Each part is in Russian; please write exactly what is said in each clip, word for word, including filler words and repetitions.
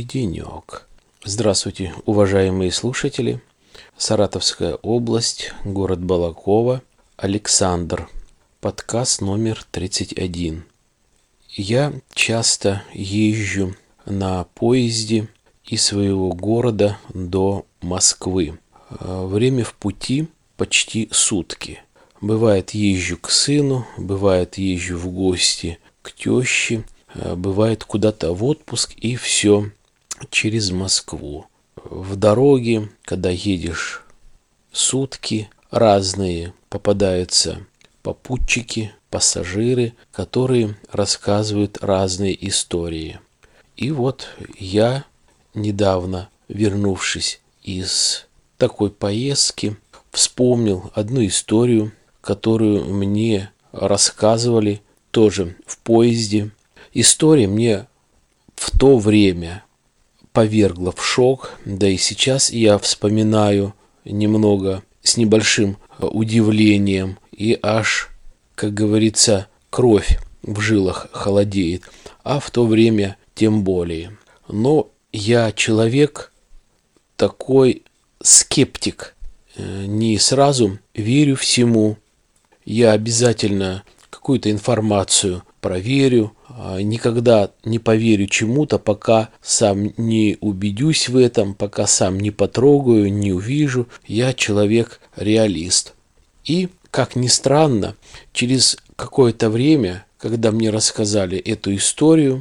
денек. Здравствуйте, уважаемые слушатели. Саратовская область, город Балаково, Александр. Подкаст номер тридцать один. Я часто езжу на поезде из своего города до Москвы. Время в пути почти сутки. Бывает, езжу к сыну, бывает, езжу в гости к теще, бывает куда-то в отпуск, и все через Москву. В дороге, когда едешь сутки, разные попадаются попутчики, пассажиры, которые рассказывают разные истории. И вот я, недавно вернувшись из такой поездки, вспомнил одну историю, которую мне рассказывали тоже в поезде. История мне в то время повергла в шок, да и сейчас я вспоминаю немного с небольшим удивлением, и аж, как говорится, кровь в жилах холодеет, а в то время тем более. Но я человек такой скептик, не сразу верю всему. Я обязательно какую-то информацию проверю, никогда не поверю чему-то, пока сам не убедюсь в этом, пока сам не потрогаю, не увижу. Я человек-реалист. И, как ни странно, через какое-то время, когда мне рассказали эту историю,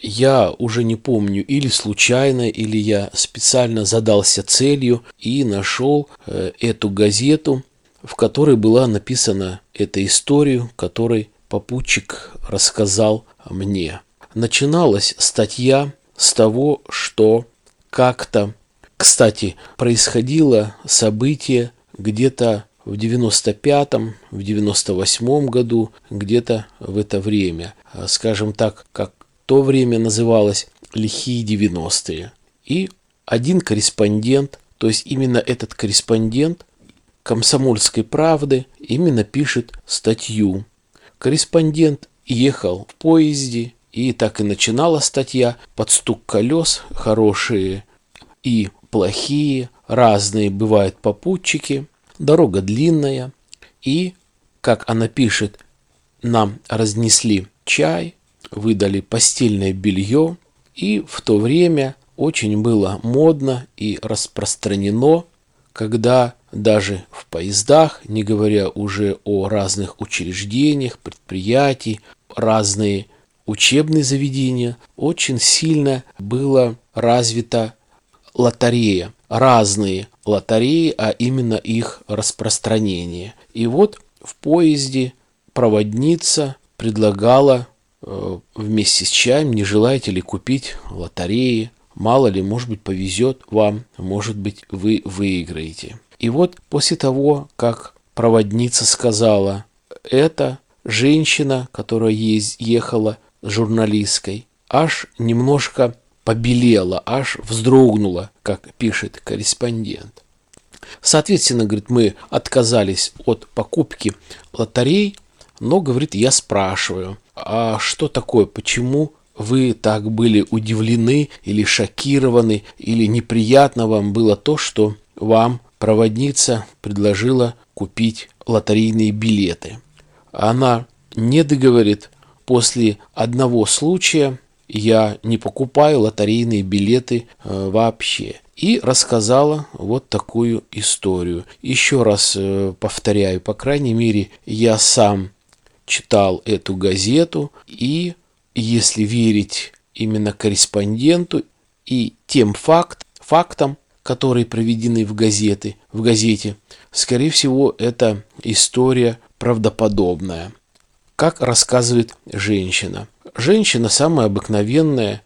я уже не помню, или случайно, или я специально задался целью и нашел э, эту газету, в которой была написана эта история, которой попутчик рассказал мне. Начиналась статья с того, что как-то, кстати, происходило событие где-то в девяносто пятом, в девяносто восьмом году, где-то в это время. Скажем так, как то время называлось «Лихие девяностые». И один корреспондент, то есть именно этот корреспондент «Комсомольской правды», именно пишет статью. Корреспондент ехал в поезде, и так и начинала статья: под стук колес, хорошие и плохие, разные бывают попутчики, дорога длинная, и, как она пишет, нам разнесли чай, выдали постельное белье, и в то время очень было модно и распространено, когда даже в поездах, не говоря уже о разных учреждениях, предприятиях, разные учебные заведения, очень сильно было развита лотерея. Разные лотереи, а именно их распространение. И вот в поезде проводница предлагала э, вместе с чаем: не желаете ли купить лотереи? Мало ли, может быть, повезет вам, может быть, вы выиграете. И вот после того, как проводница сказала это, женщина, которая ехала с журналисткой, аж немножко побелела, аж вздрогнула, как пишет корреспондент. Соответственно, говорит, мы отказались от покупки лотерей, но, говорит, я спрашиваю, а что такое, почему вы так были удивлены или шокированы, или неприятно вам было то, что вам проводница предложила купить лотерейные билеты? Она не договорит: после одного случая я не покупаю лотерейные билеты э, вообще. И рассказала вот такую историю. Еще раз э, повторяю, по крайней мере, я сам читал эту газету, и если верить именно корреспонденту и тем факт, фактам, которые приведены в газеты, в газете, скорее всего, это история правдоподобная. Как рассказывает женщина. Женщина самая обыкновенная,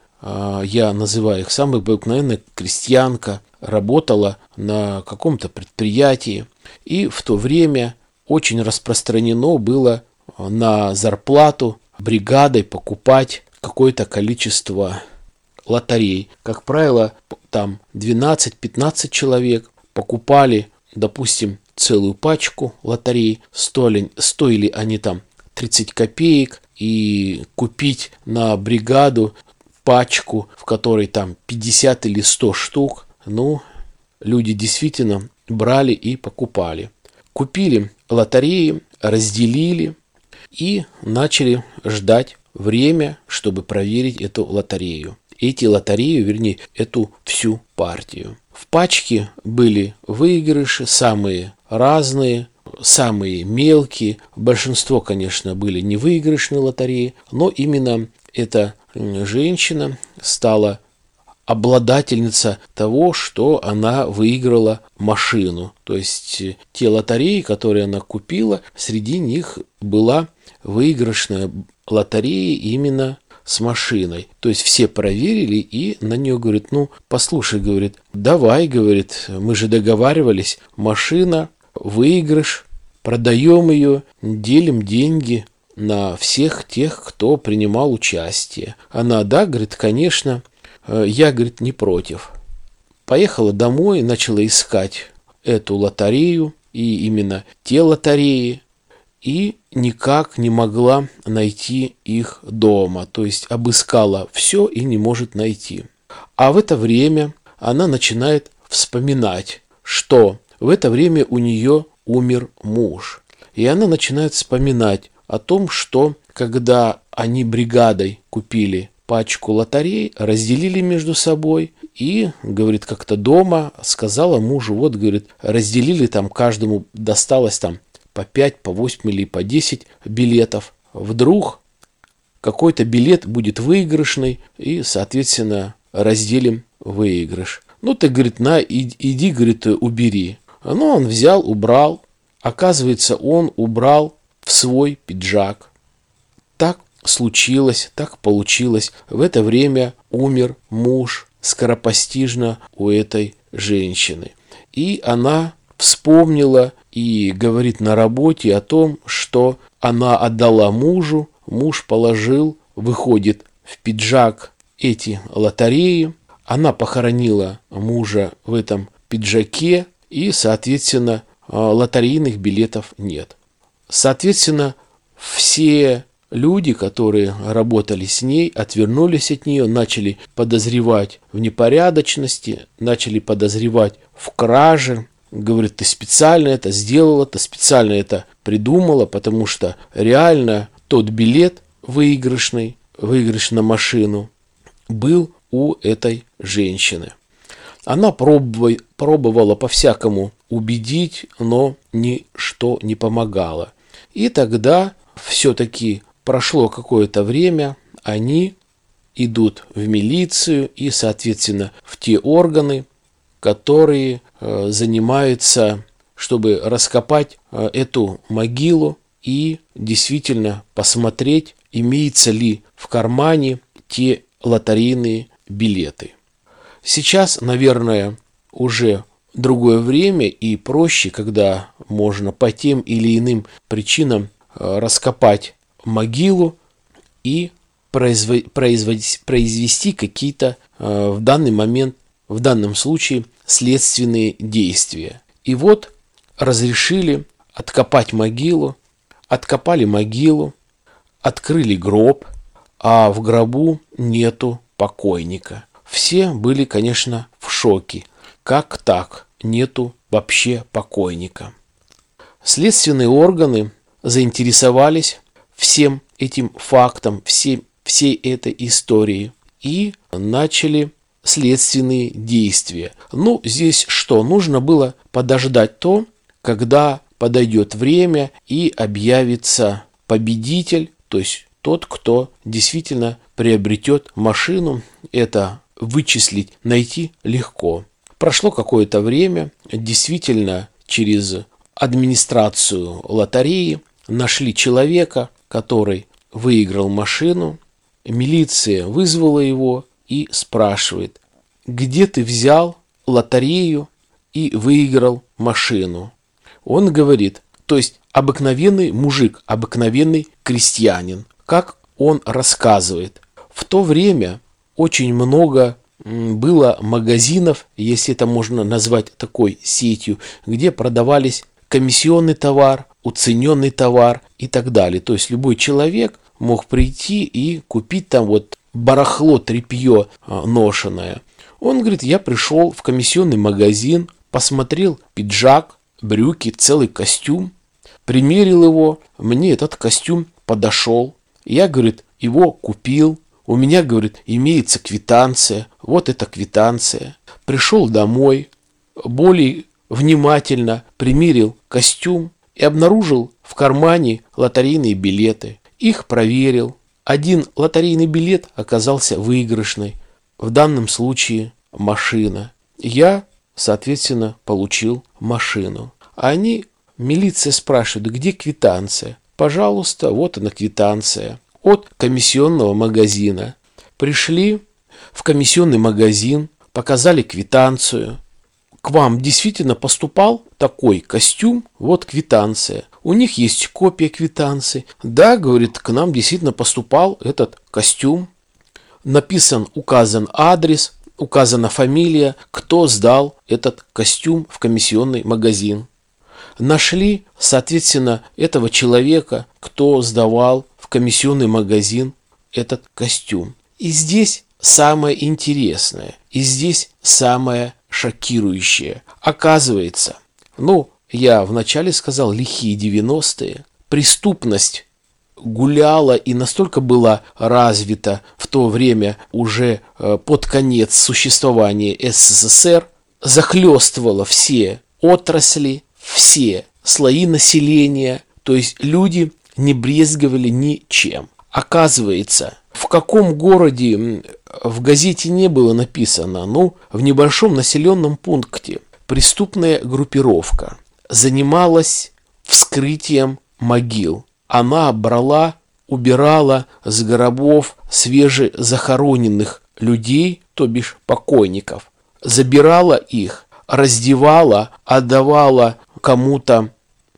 я называю их самая обыкновенная крестьянка, работала на каком-то предприятии, и в то время очень распространено было на зарплату бригадой покупать какое-то количество лотерей. Как правило, там двенадцать-пятнадцать человек покупали, допустим, целую пачку лотерей. Стоили, стоили они там тридцать копеек, и купить на бригаду пачку, в которой там пятьдесят или сто штук. Ну, люди действительно брали и покупали. Купили лотереи, разделили и начали ждать время, чтобы проверить эту лотерею. Эти лотереи, вернее, эту всю партию. В пачке были выигрыши самые разные, самые мелкие. Большинство, конечно, были невыигрышные лотереи, но именно эта женщина стала обладательница того, что она выиграла машину. То есть те лотереи, которые она купила, среди них была выигрышная лотерея именно с машиной. То есть все проверили и на нее говорят, ну, послушай, говорит, давай, говорит, мы же договаривались, машина, выигрыш, продаем ее, делим деньги на всех тех, кто принимал участие. Она, да, говорит, конечно, я, говорит, не против. Поехала домой, начала искать эту лотерею и именно те лотереи, и никак не могла найти их дома. То есть обыскала все и не может найти. А в это время она начинает вспоминать, что в это время у нее умер муж. И она начинает вспоминать о том, что когда они бригадой купили пачку лотерей, разделили между собой и, говорит, как-то дома сказала мужу, вот, говорит, разделили там, каждому досталось там по пять, по восемь или по десять билетов. Вдруг какой-то билет будет выигрышный и, соответственно, разделим выигрыш. Ну, ты, говорит, на, иди, говорит, убери. Ну, он взял, убрал. Оказывается, он убрал в свой пиджак. Так случилось, так получилось. В это время умер муж скоропостижно у этой женщины. И она вспомнила и говорит на работе о том, что она отдала мужу, муж положил, выходит в пиджак эти лотереи. Она похоронила мужа в этом пиджаке, и, соответственно, лотерейных билетов нет. Соответственно, все люди, которые работали с ней, отвернулись от нее, начали подозревать в непорядочности, начали подозревать в краже. Говорит, ты специально это сделала, ты специально это придумала, потому что реально тот билет выигрышный, выигрыш на машину, был у этой женщины. Она пробовала, пробовала по-всякому убедить, но ничто не помогало. И тогда все-таки прошло какое-то время, они идут в милицию и, соответственно, в те органы, которые э, занимаются, чтобы раскопать э, эту могилу и действительно посмотреть, имеется ли в кармане те лотерейные билеты. Сейчас, наверное, уже другое время и проще, когда можно по тем или иным причинам э, раскопать могилу и производить, производить, произвести какие-то э, в данный момент, в данном случае, следственные действия. И вот разрешили откопать могилу, откопали могилу, открыли гроб, а в гробу нету покойника. Все были, конечно, в шоке. Как так? Нету вообще покойника. Следственные органы заинтересовались всем этим фактом, всем, всей этой историей и начали следственные действия. Ну, здесь что? Нужно было подождать то, когда подойдет время и объявится победитель, то есть тот, кто действительно приобретет машину. Это вычислить, найти легко. Прошло какое-то время, действительно через администрацию лотереи нашли человека, который выиграл машину. Милиция вызвала его и спрашивает, где ты взял лотерею и выиграл машину? Он говорит, то есть обыкновенный мужик, обыкновенный крестьянин. Как он рассказывает, в то время очень много было магазинов, если это можно назвать такой сетью, где продавались комиссионный товар, уцененный товар и так далее. То есть любой человек мог прийти и купить там вот барахло, тряпье ношеное. Он говорит, я пришел в комиссионный магазин, посмотрел пиджак, брюки, целый костюм, примерил его, мне этот костюм подошел. Я, говорит, его купил. У меня, говорит, имеется квитанция. Вот эта квитанция. Пришел домой, более внимательно примерил костюм и обнаружил в кармане лотерейные билеты. Их проверил. Один лотерейный билет оказался выигрышный. В данном случае машина. Я, соответственно, получил машину. Они, милиция спрашивает, где квитанция? Пожалуйста, вот она квитанция от комиссионного магазина. Пришли в комиссионный магазин, показали квитанцию. К вам действительно поступал такой костюм, вот квитанция. У них есть копия квитанции. Да, говорит, к нам действительно поступал этот костюм. Написан, указан адрес, указана фамилия, кто сдал этот костюм в комиссионный магазин. Нашли, соответственно, этого человека, кто сдавал в комиссионный магазин этот костюм. И здесь самое интересное, и здесь самое шокирующее. Оказывается, ну, я вначале сказал, лихие девяностые, преступность гуляла и настолько была развита в то время уже под конец существования СССР, захлестывала все отрасли, все слои населения, то есть люди не брезговали ничем. Оказывается, в каком городе в газете не было написано, ну, в небольшом населенном пункте преступная группировка занималась вскрытием могил. Она брала, убирала с гробов свежезахороненных людей, то бишь покойников, забирала их, раздевала, отдавала кому-то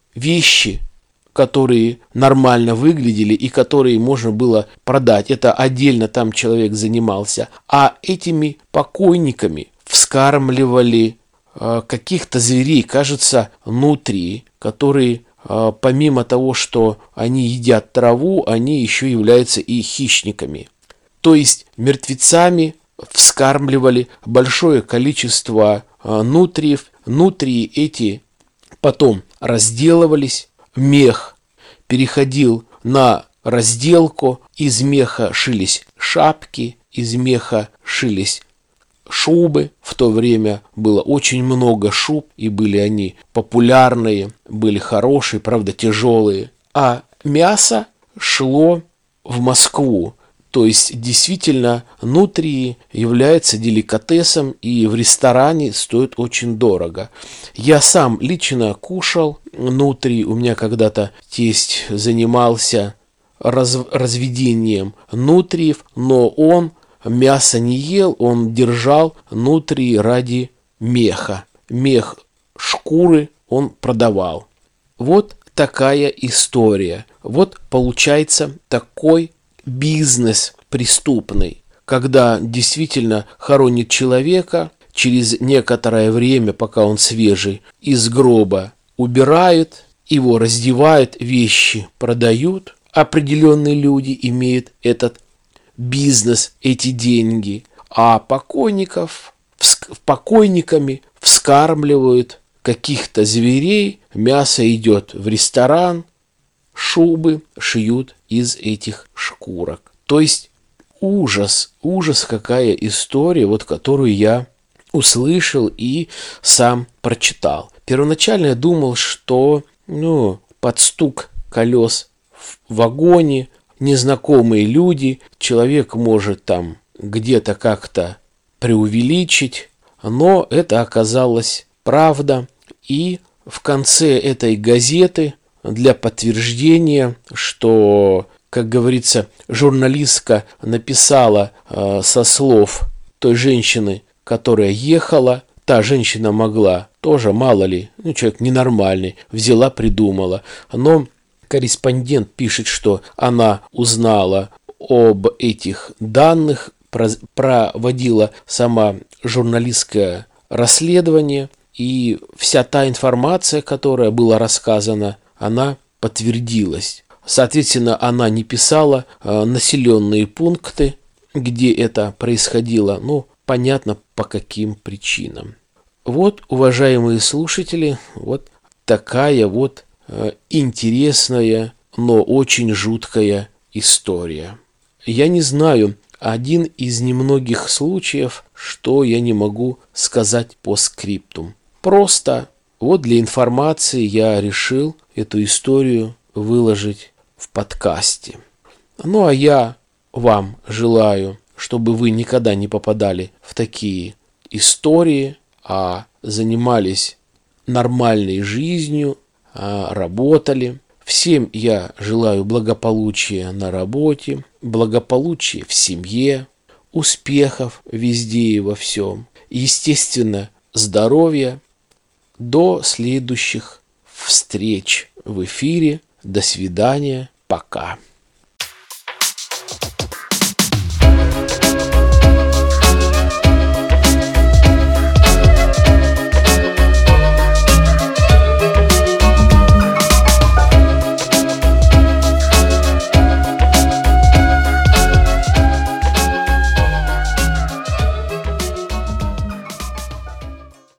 вещи, которые нормально выглядели и которые можно было продать. Это отдельно там человек занимался. А этими покойниками вскармливали э, каких-то зверей, кажется, нутрии, которые э, помимо того, что они едят траву, они еще являются и хищниками. То есть мертвецами вскармливали большое количество э, нутриев. Нутрии эти потом разделывались. Мех переходил на разделку, из меха шились шапки, из меха шились шубы. В то время было очень много шуб, и были они популярные, были хорошие, правда тяжелые. А мясо шло в Москву. То есть, действительно, нутрии являются деликатесом и в ресторане стоят очень дорого. Я сам лично кушал нутрии. У меня когда-то тесть занимался раз, разведением нутриев, но он мясо не ел, он держал нутрии ради меха. Мех шкуры он продавал. Вот такая история. Вот получается такой бизнес преступный, когда действительно хоронит человека, через некоторое время, пока он свежий, из гроба убирают, его раздевают, вещи продают. Определенные люди имеют этот бизнес, эти деньги, а покойников, покойниками вскармливают каких-то зверей, мясо идет в ресторан, шубы шьют из этих шкурок. То есть ужас, ужас, какая история, вот которую я услышал и сам прочитал. Первоначально я думал, что ну, под стук колес в вагоне, незнакомые люди, человек может там где-то как-то преувеличить, но это оказалось правда. И в конце этой газеты для подтверждения, что, как говорится, журналистка написала э, со слов той женщины, которая ехала, та женщина могла, тоже мало ли, ну, человек ненормальный, взяла, придумала. Но корреспондент пишет, что она узнала об этих данных, проводила сама журналистское расследование, и вся та информация, которая была рассказана, она подтвердилась. Соответственно, она не писала э, населенные пункты, где это происходило, ну, понятно, по каким причинам. Вот, уважаемые слушатели, вот такая вот э, интересная, но очень жуткая история. Я не знаю, один из немногих случаев, что я не могу сказать по скриптум. Просто вот для информации я решил эту историю выложить в подкасте. Ну а я вам желаю, чтобы вы никогда не попадали в такие истории, а занимались нормальной жизнью, а работали. Всем я желаю благополучия на работе, благополучия в семье, успехов везде и во всем. Естественно, здоровья. До следующих встреч в эфире. До свидания. Пока.